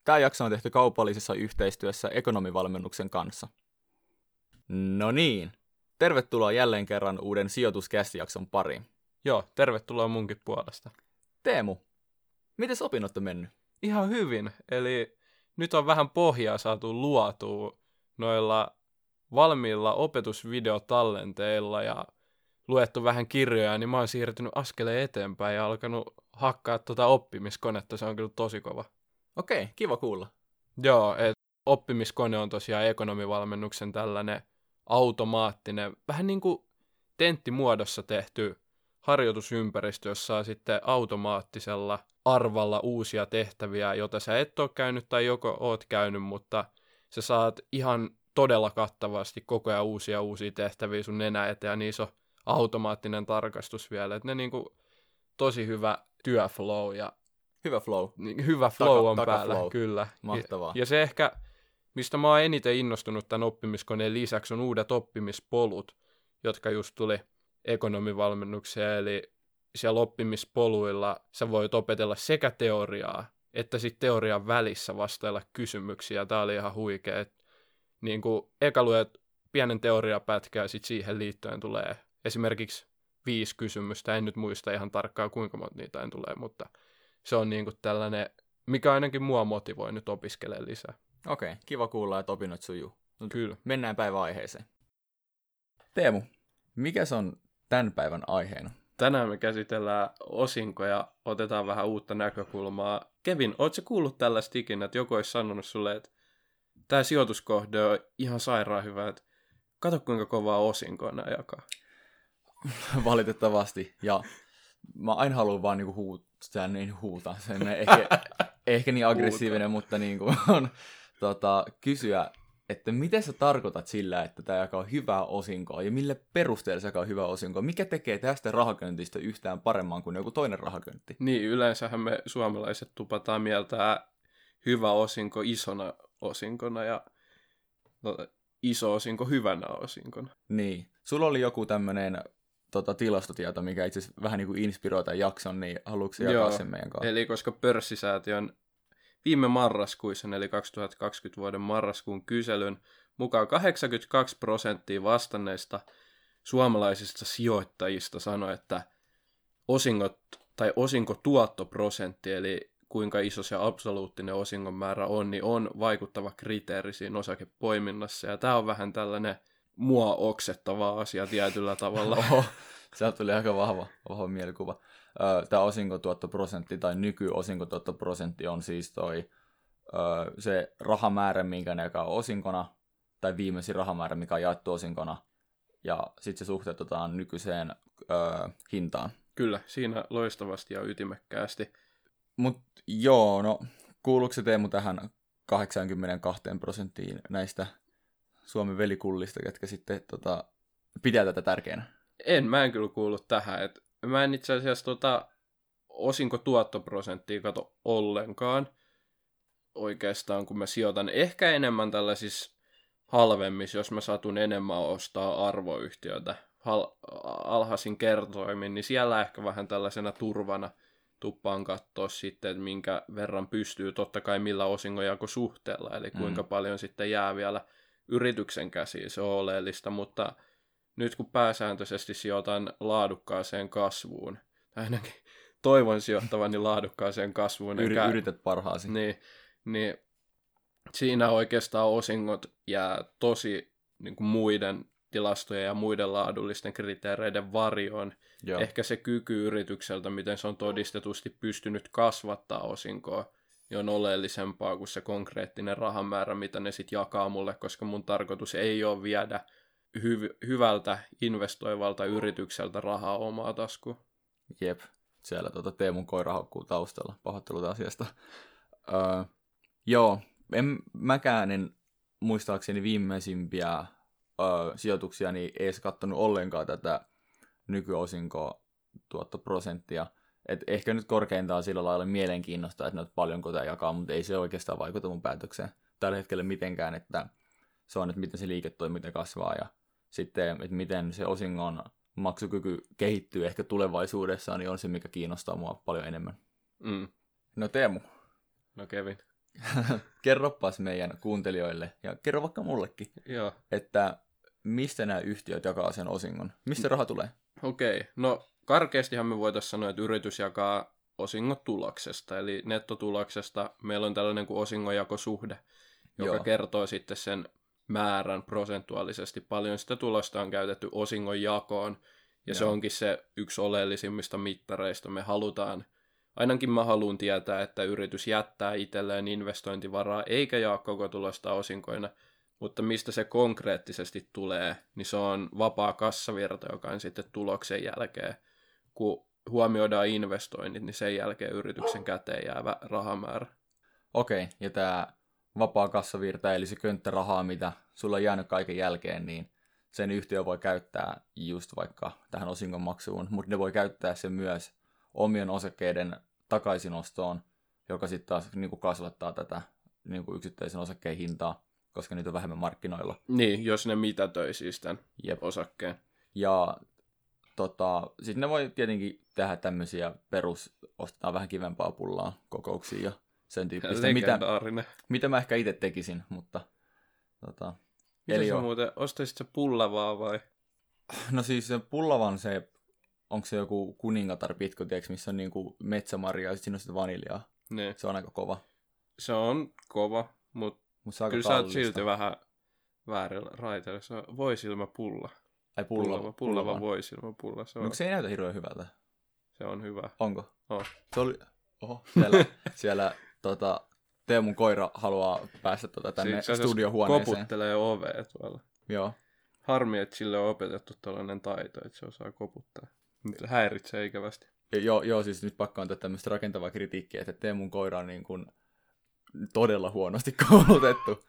Tämä jakso on tehty kaupallisessa yhteistyössä ekonomivalmennuksen kanssa. No niin, tervetuloa jälleen kerran uuden sijoituskästijakson pariin. Joo, tervetuloa munkin puolesta. Teemu, miten opinnot on mennyt? Ihan hyvin, eli nyt on vähän pohjaa saatu luotua noilla valmiilla opetusvideotallenteilla ja luettu vähän kirjoja, niin mä oon siirtynyt askeleen eteenpäin ja alkanut hakkaa oppimiskonetta, se on kyllä tosi kova. Okei, kiva kuulla. Joo, oppimiskone on tosiaan ekonomivalmennuksen tällainen automaattinen, vähän niin kuin tenttimuodossa tehty harjoitusympäristö, jossa saa sitten automaattisella arvalla uusia tehtäviä, joita sä et ole käynyt tai joko oot käynyt, mutta sä saat ihan todella kattavasti koko ajan uusia tehtäviä sun nenä eteen, ja niissä on automaattinen tarkastus vielä, että ne niinku tosi hyvä työflow ja Hyvä flow. Hyvä flow on päällä, flow. kyllä. Mahtavaa. Ja se ehkä, mistä mä oon eniten innostunut tämän oppimiskoneen lisäksi, on uudet oppimispolut, jotka just tuli ekonomivalmennukseen, eli siellä oppimispoluilla sä voit opetella sekä teoriaa, että sitten teorian välissä vastailla kysymyksiä. Tää oli ihan huikea. Niin kuin eka luet pienen teoriapätkän ja sitten siihen liittyen tulee esimerkiksi 5 kysymystä. En nyt muista ihan tarkkaan kuinka monta niitä tulee, mutta se on niin kuin tällainen, mikä ainakin mua motivoi nyt opiskelemaan lisää. Okei, kiva kuulla, että opinnot sujuu. Kyllä. Mennään päivän aiheeseen. Teemu, mikä on tämän päivän aiheena? Tänään me käsitellään osinkoja, otetaan vähän uutta näkökulmaa. Kevin, ootko kuullut tällaista ikinä, että joku olisi sanonut sulle, että tämä sijoituskohde on ihan sairaan hyvä, että kato kuinka kovaa osinkoa nämä jakaa. Valitettavasti, ja mä aina haluan vaan niinku huutaa, sen ehkä niin aggressiivinen, mutta niinku on kysyä, että miten sä tarkoitat sillä, että tämä jakaa hyvää osinkoa, ja millä perusteella se jakaa hyvää osinkoa? Mikä tekee tästä rahaköntistä yhtään paremman kuin joku toinen rahaköntti? Niin, yleensähän me suomalaiset tupataan mieltää hyvä osinko isona osinkona ja iso osinko hyvänä osinkona. Niin. Sulla oli joku tämmöinen tilastotieto, mikä itse asiassa vähän niin kuin inspiroi tämän jakson, niin haluatko jakaa sen meidän kanssa? Eli koska pörssisäätiön viime marraskuisen, eli 2020 vuoden marraskuun kyselyn mukaan 82% vastanneista suomalaisista sijoittajista sanoi, että osingot tai osinkotuottoprosentti, eli kuinka iso se absoluuttinen osingon määrä on, niin on vaikuttava kriteeri siinä osakepoiminnassa. Ja tämä on vähän tällainen mua oksettava asia tietyllä tavalla. Oho, sieltä tuli aika vahva mielikuva. Tämä osinkotuottoprosentti tai nykyosinkotuottoprosentti on siis se rahamäärä, minkä ne jakaa osinkona, tai viimeisin rahamäärä, mikä on jaettu osinkona, ja sitten se suhteutetaan nykyiseen hintaan. Kyllä, siinä loistavasti ja ytimekkäästi. Mutta joo, no kuuluuko se Teemu tähän 82% näistä Suomen velikullista, ketkä sitten pitää tätä tärkeänä? Mä en kyllä kuullut tähän. Mä en itse asiassa osinkotuottoprosenttia kato ollenkaan. Oikeastaan kun mä sijoitan ehkä enemmän tällaisissa halvemmissa, jos mä satun enemmän ostaa arvoyhtiöitä alhaisin kertoimin, niin siellä ehkä vähän tällaisena turvana tuppaan katsoa sitten, että minkä verran pystyy, totta kai millä osingonjakosuhteella, eli kuinka paljon sitten jää vielä yrityksen käsiin, se on oleellista, mutta nyt kun pääsääntöisesti sijoitan laadukkaaseen kasvuun, tai ainakin toivon sijoittavani laadukkaaseen kasvuun. Yrität parhaasi. Niin siinä oikeastaan osingot jää tosi niin kuin muiden tilastojen ja muiden laadullisten kriteereiden varjoon. Joo. Ehkä se kyky yritykseltä, miten se on todistetusti pystynyt kasvattaa osinkoa, niin on oleellisempaa kuin se konkreettinen rahamäärä, mitä ne sitten jakaa mulle, koska mun tarkoitus ei ole viedä hyvältä investoivalta yritykseltä rahaa omaa taskuun. Jep, siellä Teemun koira haukkuu taustalla, pahoittelut asiasta. Joo, mäkään muistaakseni viimeisimpiä sijoituksia niin ei edes katsonut ollenkaan tätä nykyosinkoa tuottoprosenttia. Et ehkä nyt korkeintaan sillä lailla mielenkiinnosta, että paljonko tämä jakaa, mutta ei se oikeastaan vaikuta mun päätökseen tällä hetkellä mitenkään, että se on, että miten se liiketoiminta kasvaa ja sitten, että miten se osingon maksukyky kehittyy ehkä tulevaisuudessa, niin on se, mikä kiinnostaa mua paljon enemmän. Mm. No Teemu. No Kevin. kerropas meidän kuuntelijoille, ja kerro vaikka mullekin, Joo. että mistä nämä yhtiöt jakaa sen osingon? Mistä raha tulee? Okei, no karkeastihan me voitaisiin sanoa, että yritys jakaa osingot tuloksesta, eli nettotuloksesta. Meillä on tällainen kuin osingonjakosuhde, joka Joo. kertoo sitten sen määrän prosentuaalisesti. Paljon sitä tulosta on käytetty osingon jakoon, ja se Joo. onkin se yksi oleellisimmista mittareista. Me halutaan, ainakin mä haluan tietää, että yritys jättää itselleen investointivaraa, eikä jaa koko tulosta osinkoina. Mutta mistä se konkreettisesti tulee, niin se on vapaa kassavirta, joka on sitten tuloksen jälkeen. Kun huomioidaan investoinnit, niin sen jälkeen yrityksen käteen jäävä rahamäärä. Okei, ja tämä vapaa kassavirta, eli se könttä rahaa, mitä sulla on jäänyt kaiken jälkeen, niin sen yhtiö voi käyttää just vaikka tähän osingonmaksuun, mutta ne voi käyttää sen myös omien osakkeiden takaisinostoon, joka sitten taas niin kuin kasvattaa tätä niin kuin yksittäisen osakkeen hintaa, koska niitä on vähemmän markkinoilla. Niin, jos ne mitätöi siis tämän Jep. osakkeen. Ja sitten ne voi tietenkin tehdä tämmöisiä ostetaan vähän kivempaa pullaa kokouksiin ja sen tyyppistä, Legendaarinen. mitä mä ehkä itse tekisin, mutta Mitä eli sä joo. muuten, ostaisit sä pullavaa vai? No siis se pullavan onko se joku kuningatar pitko, tiiäks, missä on niinku metsämarjaa ja sitten siinä on sitä vaniljaa. Niin. Se on aika kova. Se on kova, mutta Mutta se on aika kyllä sä oot kallista. silti vähän väärillä raiteilla. Se on voisilmäpulla. Ai Pullava voisilmäpulla. Se No, se ei näytä hirveän hyvältä. se on hyvä. Onko? Oh. Se oli... Oho, siellä Teemun koira haluaa päästä tänne Siis se studiohuoneeseen. koputtelee ovea tuolla. Joo. Harmi, että sille on opetettu tällainen taito, että se osaa koputtaa. Mutta häiritsee ikävästi. Joo, siis nyt pakko antaa tämmöistä rakentavaa kritiikkiä, että Teemun koira on niin kuin todella huonosti koulutettu.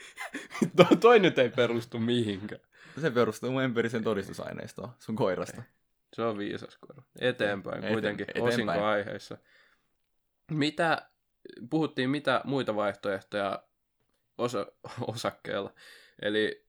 Toi nyt ei perustu mihinkään. Se perustuu mun empiirisen todistusaineistoon sun koirasta. Se on viisas koira. Eteenpäin kuitenkin eteenpäin. osinkoaiheissa. Puhuttiin mitä muita vaihtoehtoja osakkeella. Eli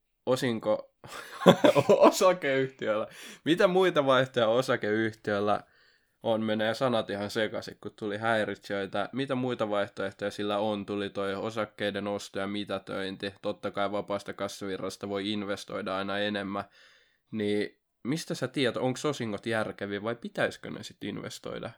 osakeyhtiöllä. Mitä muita vaihtoehtoja osakeyhtiöllä on? Menee sanat ihan sekaisin, kun tuli häiritsijöitä. Mitä muita vaihtoehtoja sillä on? Tuli toi osakkeiden osto ja mitätöinti. Totta kai vapaasta kassavirrasta voi investoida aina enemmän. Niin mistä sä tiedät, onko osingot järkeviä vai pitäisikö ne sitten investoida?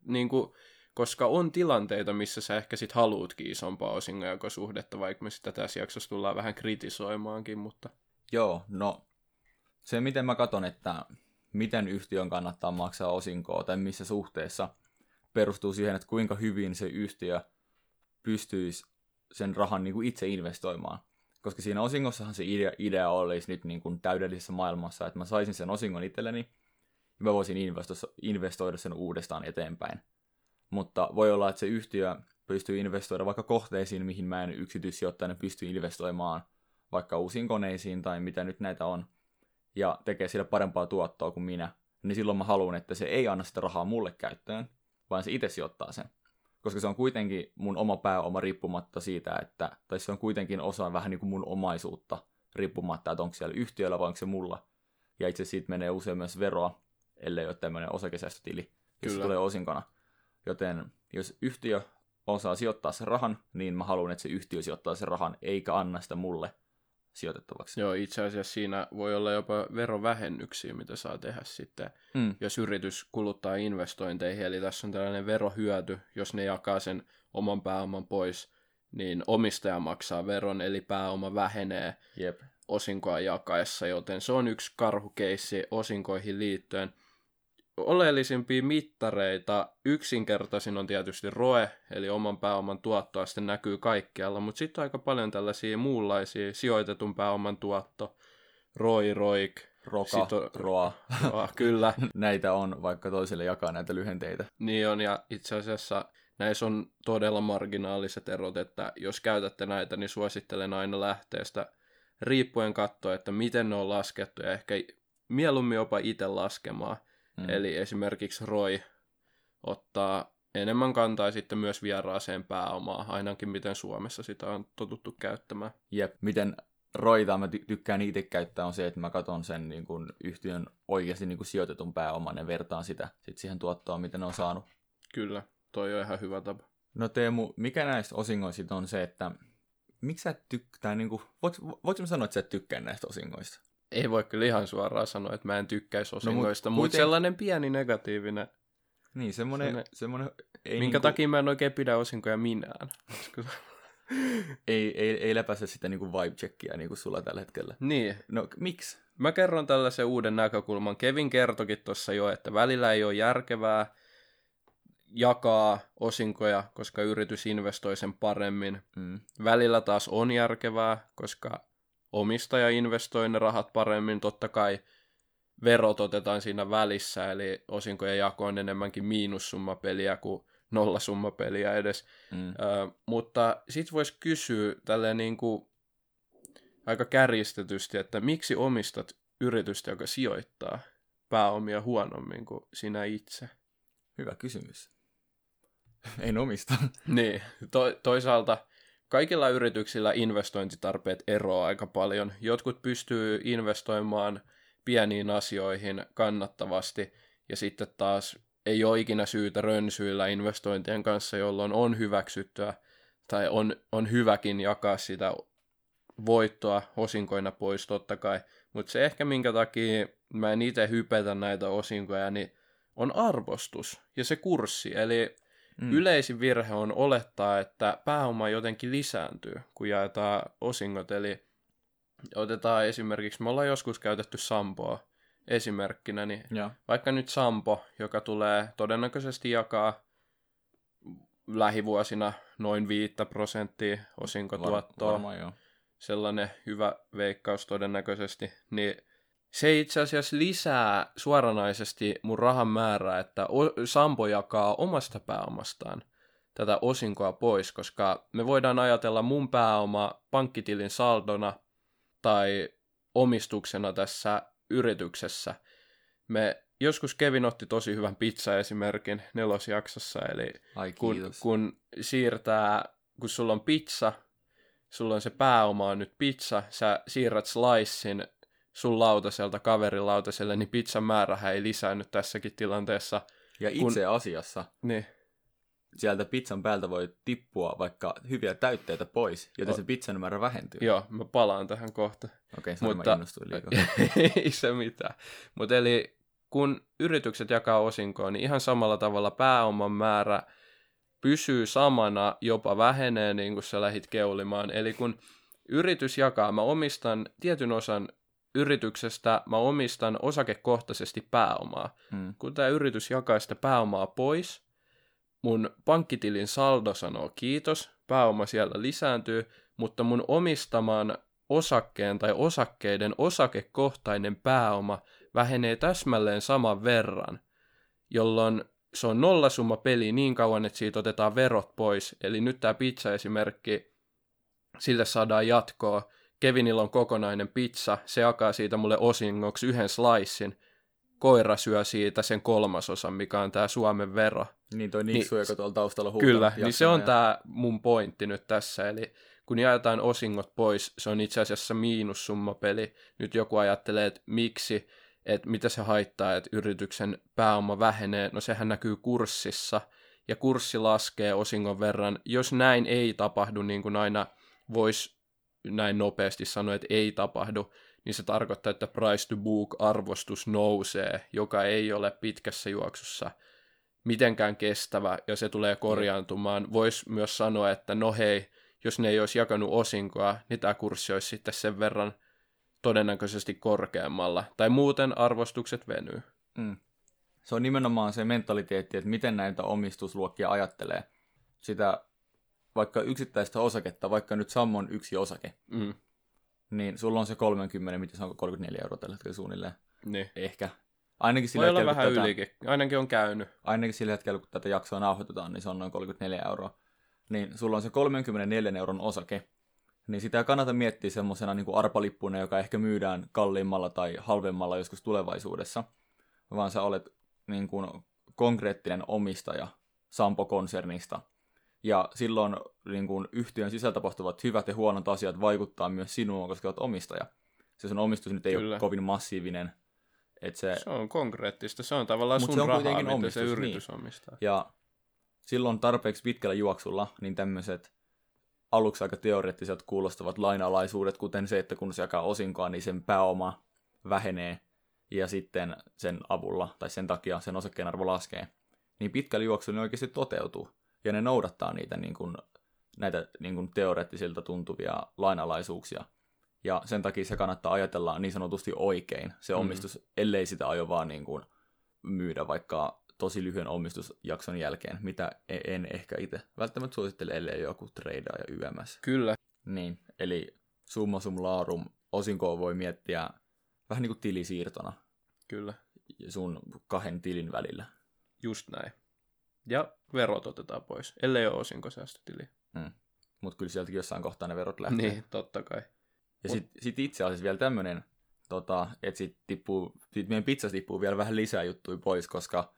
Koska on tilanteita, missä sä ehkä sit haluutkin isompaa osingonjakosuhdetta, vaikka me sitä tässä jaksossa tullaan vähän kritisoimaankin, mutta... Joo, no se miten mä katson, että miten yhtiön kannattaa maksaa osinkoa tai missä suhteessa perustuu siihen, että kuinka hyvin se yhtiö pystyisi sen rahan niin kuin itse investoimaan. Koska siinä osingossahan se idea olisi nyt niin kuin täydellisessä maailmassa, että mä saisin sen osingon itselleni ja mä voisin investoida sen uudestaan eteenpäin. Mutta voi olla, että se yhtiö pystyy investoida vaikka kohteisiin, mihin mä en yksityissijoittajana pysty investoimaan, vaikka uusiin koneisiin tai mitä nyt näitä on, ja tekee sillä parempaa tuottoa kuin minä, niin silloin mä haluan, että se ei anna sitä rahaa mulle käyttöön, vaan se itse sijoittaa sen. Koska se on kuitenkin mun oma pääoma riippumatta siitä, tai se on kuitenkin osa vähän niin kuin mun omaisuutta riippumatta, että onko siellä yhtiöllä vai onko se mulla. Ja itse siitä menee usein myös veroa, ellei ole tämmöinen osakesäästötili, jos se tulee osinkona. Joten jos yhtiö osaa sijoittaa sen rahan, niin mä haluan, että se yhtiö sijoittaa sen rahan, eikä anna sitä mulle sijoitettavaksi. Joo, itse asiassa siinä voi olla jopa verovähennyksiä, mitä saa tehdä sitten, jos yritys kuluttaa investointeihin. Eli tässä on tällainen verohyöty, jos ne jakaa sen oman pääoman pois, niin omistaja maksaa veron, eli pääoma vähenee osinkoa jakaessa, joten se on yksi karhukeissi osinkoihin liittyen. Oleellisimpia mittareita, yksinkertaisin on tietysti ROE, eli oman pääoman tuottoaste näkyy kaikkialla, mutta sitten aika paljon tällaisia muunlaisia, sijoitetun pääoman tuotto, ROI, ROIC, ROA. Kyllä. Näitä on, vaikka toiselle jakaa näitä lyhenteitä. Niin on, ja itse asiassa näissä on todella marginaaliset erot, että jos käytätte näitä, niin suosittelen aina lähteestä riippuen katsoa, että miten ne on laskettu, ja ehkä mieluummin jopa itse laskemaan. Eli esimerkiksi ROI ottaa enemmän kantaa sitten myös vieraaseen pääomaan, ainakin miten Suomessa sitä on totuttu käyttämään. Jep, miten ROIta mä tykkään itse käyttää on se, että mä katson sen niin kun yhtiön oikeasti niin kun sijoitetun pääoman ja vertaan sitä sit siihen tuottoon, mitä ne on saanut. Kyllä, toi on ihan hyvä tapa. No Teemu, mikä näistä osingoista on se, että miksi sä et tykkää, niin kuin, voiko mä sanoa, että sä et tykkää näistä osingoista? Ei voi kyllä ihan suoraan sanoa, että mä en tykkäisi osingoista, No, mutta sellainen pieni negatiivinen. Niin, semmoinen ei minkä takia mä en oikein pidä osinkoja minään. ei läpäise sitä niin kuin vibe-checkia niin kuin sulla tällä hetkellä. Niin. No, miksi? Mä kerron tällaisen uuden näkökulman. Kevin kertokin tuossa jo, että välillä ei ole järkevää jakaa osinkoja, koska yritys investoi sen paremmin. Välillä taas on järkevää, koska omistaja investoi ne rahat paremmin. Totta kai verot otetaan siinä välissä, eli osinkojen jako on enemmänkin miinussummapeliä kuin nollasummapeliä edes. Mutta sit voisi kysyä tälleen niin kuin aika kärjistetysti, että miksi omistat yritystä, joka sijoittaa pääomia huonommin kuin sinä itse? Hyvä kysymys. En omista. Niin, toisaalta kaikilla yrityksillä investointitarpeet eroaa aika paljon. Jotkut pystyy investoimaan pieniin asioihin kannattavasti, ja sitten taas ei ole ikinä syytä rönsyillä investointien kanssa, jolloin on hyväksyttyä tai on hyväkin jakaa sitä voittoa osinkoina pois totta kai. Mutta se ehkä minkä takia mä en itse hypetä näitä osinkoja, niin on arvostus ja se kurssi. Eli yleisin virhe on olettaa, että pääoma jotenkin lisääntyy, kun jaetaan osingot. Eli otetaan esimerkiksi, me ollaan joskus käytetty Sampoa esimerkkinä, niin vaikka nyt Sampo, joka tulee todennäköisesti jakaa lähivuosina noin 5% osinkotuottoa, varmaan, sellainen hyvä veikkaus todennäköisesti, niin se itse asiassa lisää suoranaisesti mun rahan määrää, että Sampo jakaa omasta pääomastaan tätä osinkoa pois, koska me voidaan ajatella mun pääoma pankkitilin saldona tai omistuksena tässä yrityksessä. Me joskus Kevin otti tosi hyvän pizza-esimerkin 4. jaksossa, eli kun sulla on pizza, sulla on se pääoma on nyt pizza, sä siirrät slicein sun lautaselta kaverin lautaselle, niin pizzan määrähän ei lisäänny tässäkin tilanteessa. Ja itse asiassa niin. Sieltä pizzan päältä voi tippua vaikka hyviä täytteitä pois, joten se pizzan määrä vähentyy. Joo, mä palaan tähän kohta. Okei, mä innostuin liikaa. Ei se mitään. Mutta eli kun yritykset jakaa osinkoa, niin ihan samalla tavalla pääoman määrä pysyy samana, jopa vähenee, niin kuin sä lähdit keulimaan. Eli kun yritys jakaa, mä omistan tietyn osan yrityksestä, mä omistan osakekohtaisesti pääomaa. Kun tämä yritys jakaa sitä pääomaa pois, mun pankkitilin saldo sanoo kiitos, pääoma siellä lisääntyy, mutta mun omistaman osakkeen tai osakkeiden osakekohtainen pääoma vähenee täsmälleen saman verran, jolloin se on nollasumma peli niin kauan, että siitä otetaan verot pois. Eli nyt tämä pizza-esimerkki, sille saadaan jatkoa. Kevinillä on kokonainen pizza, se jakaa siitä mulle osingoksi yhden slicein. Koira syö siitä sen 1/3, mikä on tämä Suomen vero. Niin toi Niksu, joka tuolla taustalla huutaa. Kyllä, niin se on tämä mun pointti nyt tässä. Eli kun jaetaan osingot pois, se on itse asiassa miinussummapeli. Nyt joku ajattelee, että miksi, että mitä se haittaa, että yrityksen pääoma vähenee. No sehän näkyy kurssissa, ja kurssi laskee osingon verran. Jos näin ei tapahdu, niin kuin aina voisi näin nopeasti sanoa, että ei tapahdu, niin se tarkoittaa, että price to book -arvostus nousee, joka ei ole pitkässä juoksussa mitenkään kestävä, ja se tulee korjaantumaan. Voisi myös sanoa, että no hei, jos ne ei olisi jakanut osinkoa, niin tämä kurssi olisi sitten sen verran todennäköisesti korkeammalla, tai muuten arvostukset venyy. Se on nimenomaan se mentaliteetti, että miten näitä omistusluokkia ajattelee. Sitä vaikka yksittäistä osaketta, vaikka nyt Sammon yksi osake, niin sulla on se 30, mitä se on 34 € tällä hetkellä suunnilleen. Niin. Ehkä. Ainakin sillä hetkellä, vähän ylikin. Ainakin on käynyt. Ainakin sillä hetkellä, kun tätä jaksoa nauhoitetaan, niin se on noin 34 €. Niin sulla on se 34 € osake. Niin sitä ei kannata miettiä semmoisena niin kuin arpalippuna, joka ehkä myydään kalliimmalla tai halvemmalla joskus tulevaisuudessa. Vaan sä olet niin kuin konkreettinen omistaja Sampo-konsernista. Ja silloin niin kuin yhtiön sisällä tapahtuvat hyvät ja huonot asiat vaikuttaa myös sinuun, koska olet omistaja. Se sun omistus nyt ei ole kovin massiivinen. Että se on konkreettista. Se on tavallaan sun rahaa, mitä se yritys omistaa. Ja silloin tarpeeksi pitkällä juoksulla, niin tämmöiset aluksi aika teoreettiset kuulostavat lainalaisuudet, kuten se, että kun se jakaa osinkoa, niin sen pääoma vähenee, ja sitten sen avulla, tai sen takia sen osakkeen arvo laskee, niin pitkällä juoksulla ne oikeasti toteutuu, ja ne noudattaa niitä näitä teoreettisilta tuntuvia lainalaisuuksia. Ja sen takia se kannattaa ajatella niin sanotusti oikein, se omistus, ellei sitä aio vaan myydä vaikka tosi lyhyen omistusjakson jälkeen, mitä en ehkä itse välttämättä suosittele, ellei joku treidaa ja YMS. Kyllä. Niin, eli summa summarum, osinkoa voi miettiä vähän niin kuin tilisiirtona. Kyllä. Sun 2 tilin välillä. Just näin. Ja verot otetaan pois, ellei ole osinkosäästötili. Mutta kyllä sieltäkin jossain kohtaa ne verot lähtee. Niin, totta kai. Ja sit itse asiassa vielä tämmöinen, että sit meidän pizzasta tippuu vielä vähän lisää juttuja pois, koska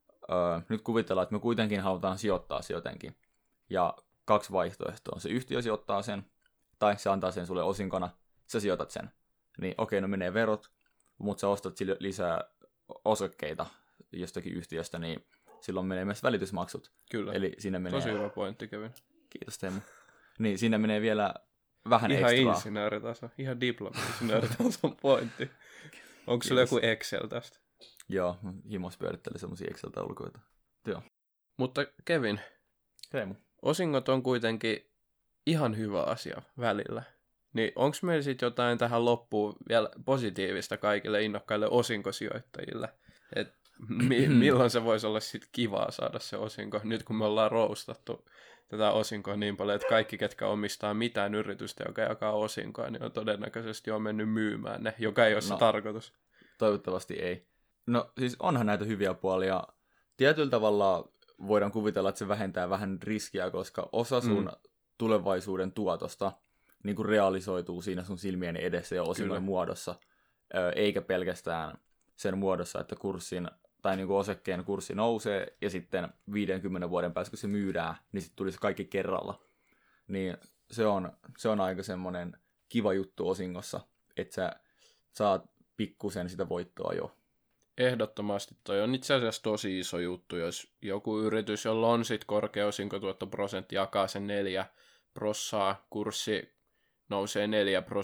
nyt kuvitellaan, että me kuitenkin halutaan sijoittaa se jotenkin. Ja 2 vaihtoehtoa. Se yhtiö sijoittaa sen, tai se antaa sen sulle osinkona, sä sijoitat sen. Niin okei, no menee verot, mutta sä ostat sille lisää osakkeita jostakin yhtiöstä, niin silloin menee myös välitysmaksut. Kyllä. Eli siinä menee... Tosi hyvä pointti, Kevin. Kiitos, Teemu. Niin, siinä menee vielä vähän ihan ekstraa. insinööritaso, ihan diplomi-insinööritason pointti. Onko sulla joku Excel tästä? Joo, himos pyöritteli semmosia Excel-taulukoita. Joo. Mutta Kevin, Teemu. osingot on kuitenkin ihan hyvä asia välillä. Niin onko meillä sitten jotain tähän loppuun vielä positiivista kaikille innokkaille osinkosijoittajille? Et milloin se voisi olla sitten kivaa saada se osinko, nyt kun me ollaan roustattu tätä osinkoa niin paljon, että kaikki, ketkä omistaa mitään yritystä, joka jakaa osinkoa, niin on todennäköisesti jo mennyt myymään ne, joka ei ole se tarkoitus. Toivottavasti ei. No siis onhan näitä hyviä puolia. Tietyllä tavalla voidaan kuvitella, että se vähentää vähän riskiä, koska osa sun tulevaisuuden tuotosta niin kuin realisoituu siinä sun silmien edessä ja osingon muodossa, eikä pelkästään sen muodossa, että kurssin tai niin kuin osakkeen kurssi nousee ja sitten 50 vuoden päästä, kun se myydään, niin sitten tulisi kaikki kerralla. Niin se on aika semmoinen kiva juttu osingossa, että sä saat pikkusen sitä voittoa jo. Ehdottomasti toi on itse asiassa tosi iso juttu, jos joku yritys, jolla on sitten korkea osinkotuottoprosentti, jakaa sen 4%, kurssi nousee 4%,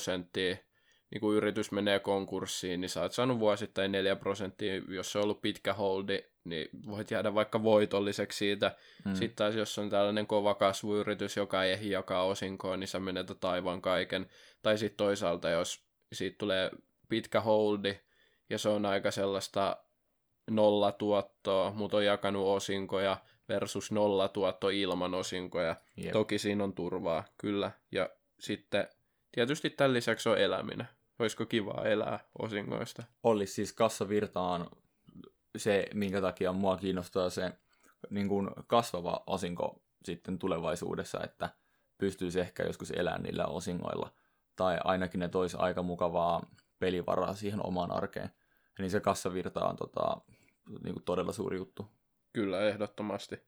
niin kun yritys menee konkurssiin, niin sä oot saanut vuosittain 4%, jos se on ollut pitkä holdi, niin voit jäädä vaikka voitolliseksi siitä. Sitten taas jos on tällainen kova kasvuyritys, joka ei ehdi jakaa osinkoa, niin sä menetät aivan kaiken. Tai sitten toisaalta, jos siitä tulee pitkä holdi, ja se on aika sellaista nollatuottoa, mutta on jakanut osinkoja versus nollatuotto ilman osinkoja. Jep. Toki siinä on turvaa, kyllä. Ja sitten tietysti tämän lisäksi on eläminen. Olisiko kivaa elää osingoista? Olisi siis kassavirtaan se, minkä takia mua kiinnostaa se niin kuin kasvava osinko sitten tulevaisuudessa, että pystyisi ehkä joskus elämään niillä osingoilla. Tai ainakin ne toisi aika mukavaa pelivaraa siihen omaan arkeen. Niin se kassavirta on niin kuin todella suuri juttu. Kyllä, ehdottomasti.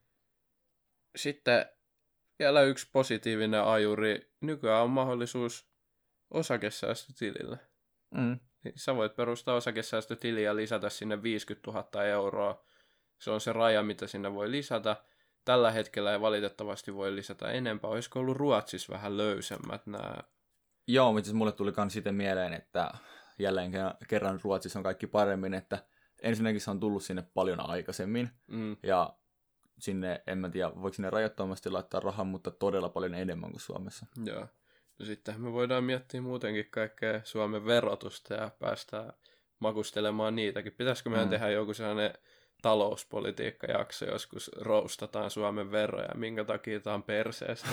Sitten vielä yksi positiivinen ajuri. Nykyään on mahdollisuus osakesäästötilille. Niin sä voit perustaa osakesäästötiliä ja lisätä sinne 50 000 euroa. Se on se raja, mitä sinne voi lisätä. Tällä hetkellä ei valitettavasti voi lisätä enempää. Olisiko ollut Ruotsissa vähän löysemmät nämä? Joo, mutta mulle tuli myös sitten mieleen, että jälleen kerran Ruotsissa on kaikki paremmin, että ensinnäkin se on tullut sinne paljon aikaisemmin, ja sinne, en mä tiedä, voiko sinne rajattomasti laittaa rahaa, mutta todella paljon enemmän kuin Suomessa. Joo. No sitten me voidaan miettiä muutenkin kaikkea Suomen verotusta ja päästään makustelemaan niitäkin. Pitäisikö meidän tehdä joku sellainen talouspolitiikkajakso, joskus roustataan Suomen veroja, minkä takia tämä on perseestä.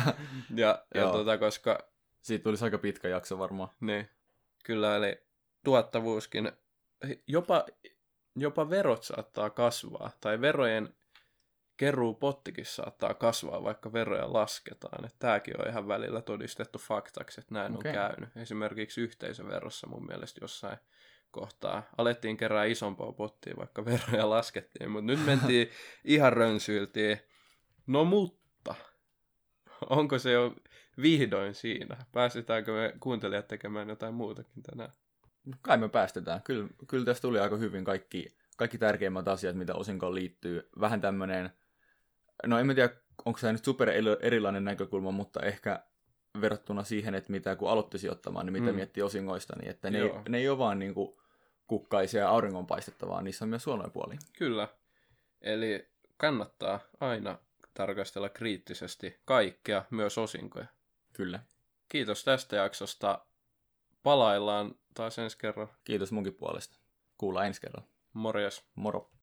Koska... Siitä tulisi aika pitkä jakso varmaan. Niin, kyllä, eli tuottavuuskin, jopa verot saattaa kasvaa, tai verojen keruupottikin saattaa kasvaa, vaikka veroja lasketaan. Että tämäkin on ihan välillä todistettu faktaksi, että näin on käynyt. Esimerkiksi yhteisöverossa mun mielestä jossain kohtaa alettiin kerää isompaa pottia, vaikka veroja laskettiin, mutta nyt mentiin ihan rönsyiltiin. No mutta, onko se jo vihdoin siinä? Päästetäänkö me kuuntelijat tekemään jotain muutakin tänään? Kai me päästetään. Kyllä tässä tuli aika hyvin kaikki tärkeimmät asiat, mitä osinkoon liittyy. Vähän tämmöinen no en mä tiedä, onko se nyt super erilainen näkökulma, mutta ehkä verrattuna siihen, että mitä kun aloitti sijoittamaan, niin mitä miettii osingoista, niin että ne ei ole vaan niin kuin kukkaisia ja auringonpaistetta, vaan niissä on myös huonoja puolia. Kyllä. Eli kannattaa aina tarkastella kriittisesti kaikkea, myös osinkoja. Kyllä. Kiitos tästä jaksosta. Palaillaan taas ensi kerran. Kiitos munkin puolesta. Kuullaan ensi kerralla. Morjes. Moro.